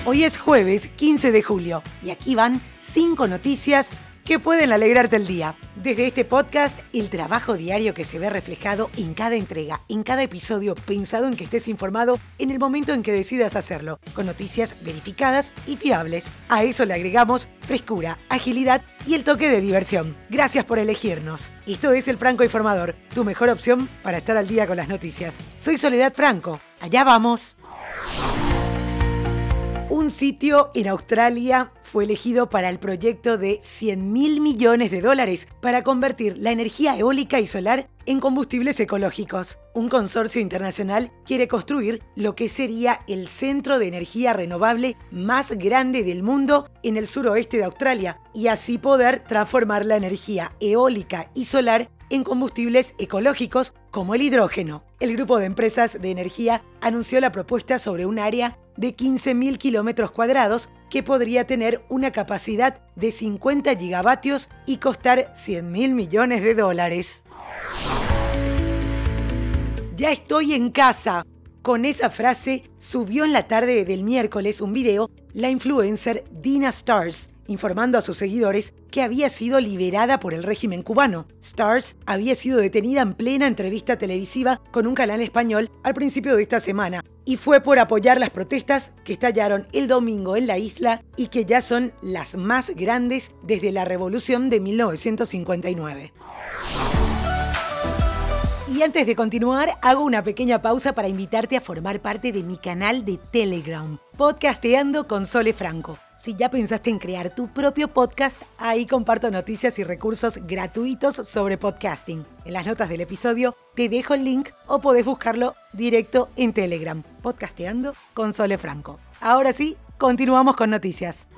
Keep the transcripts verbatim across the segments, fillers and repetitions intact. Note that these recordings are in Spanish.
Hoy es jueves quince de julio y aquí van cinco noticias que pueden alegrarte el día. Desde este podcast, el trabajo diario que se ve reflejado en cada entrega, en cada episodio, pensado en que estés informado en el momento en que decidas hacerlo, con noticias verificadas y fiables. A eso le agregamos frescura, agilidad y el toque de diversión. Gracias por elegirnos. Esto es El Franco Informador, tu mejor opción para estar al día con las noticias. Soy Soledad Franco. Allá vamos. Un sitio en Australia fue elegido para el proyecto de cien mil millones de dólares para convertir la energía eólica y solar en combustibles ecológicos. Un consorcio internacional quiere construir lo que sería el centro de energía renovable más grande del mundo en el suroeste de Australia y así poder transformar la energía eólica y solar en combustibles ecológicos como el hidrógeno. El grupo de empresas de energía anunció la propuesta sobre un área de quince mil kilómetros cuadrados que podría tener una capacidad de cincuenta gigavatios y costar cien mil millones de dólares. Ya estoy en casa. Con esa frase subió en la tarde del miércoles un video la influencer Dina Stars, informando a sus seguidores que había sido liberada por el régimen cubano. Stars había sido detenida en plena entrevista televisiva con un canal español al principio de esta semana y fue por apoyar las protestas que estallaron el domingo en la isla y que ya son las más grandes desde la revolución de mil novecientos cincuenta y nueve. Y antes de continuar, hago una pequeña pausa para invitarte a formar parte de mi canal de Telegram, Podcasteando con Sole Franco. Si ya pensaste en crear tu propio podcast, ahí comparto noticias y recursos gratuitos sobre podcasting. En las notas del episodio te dejo el link o podés buscarlo directo en Telegram, Podcasteando con Sole Franco. Ahora sí, continuamos con noticias.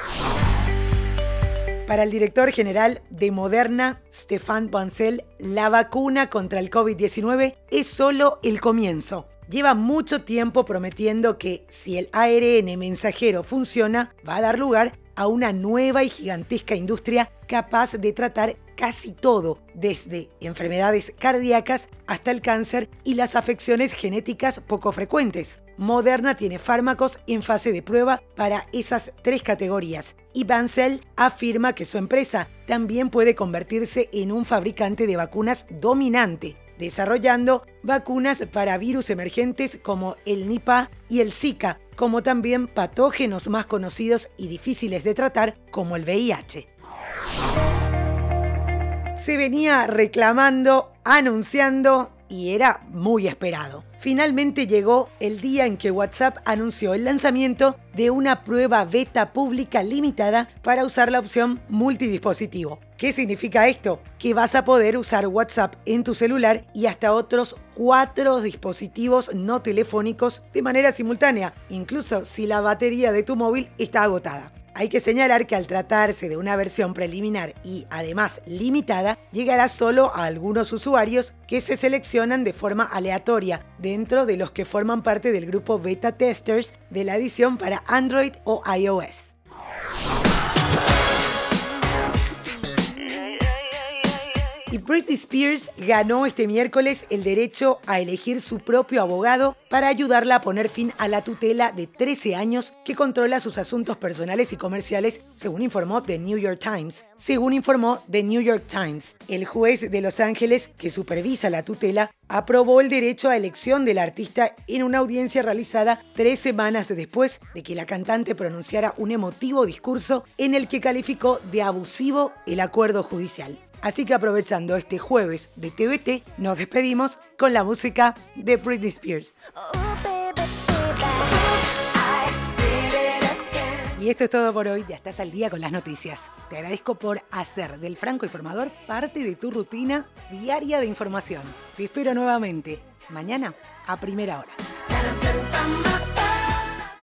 Para el director general de Moderna, Stéphane Bancel, la vacuna contra el covid diecinueve es solo el comienzo. Lleva mucho tiempo prometiendo que si el A R N mensajero funciona, va a dar lugar a una nueva y gigantesca industria capaz de tratar casi todo, desde enfermedades cardíacas hasta el cáncer y las afecciones genéticas poco frecuentes. Moderna tiene fármacos en fase de prueba para esas tres categorías y Bancel afirma que su empresa también puede convertirse en un fabricante de vacunas dominante, desarrollando vacunas para virus emergentes como el Nipah y el Zika, como también patógenos más conocidos y difíciles de tratar como el V I H. Se venía reclamando, anunciando y era muy esperado. Finalmente llegó el día en que WhatsApp anunció el lanzamiento de una prueba beta pública limitada para usar la opción multidispositivo. ¿Qué significa esto? Que vas a poder usar WhatsApp en tu celular y hasta otros cuatro dispositivos no telefónicos de manera simultánea, incluso si la batería de tu móvil está agotada. Hay que señalar que al tratarse de una versión preliminar y además limitada, llegará solo a algunos usuarios que se seleccionan de forma aleatoria dentro de los que forman parte del grupo beta testers de la edición para Android o iOS. Y Britney Spears ganó este miércoles el derecho a elegir su propio abogado para ayudarla a poner fin a la tutela de trece años que controla sus asuntos personales y comerciales, según informó The New York Times. Según informó The New York Times, el juez de Los Ángeles que supervisa la tutela aprobó el derecho a elección del artista en una audiencia realizada tres semanas después de que la cantante pronunciara un emotivo discurso en el que calificó de abusivo el acuerdo judicial. Así que aprovechando este jueves de T V T, nos despedimos con la música de Britney Spears. Y esto es todo por hoy, ya estás al día con las noticias. Te agradezco por hacer del Franco Informador parte de tu rutina diaria de información. Te espero nuevamente, mañana a primera hora.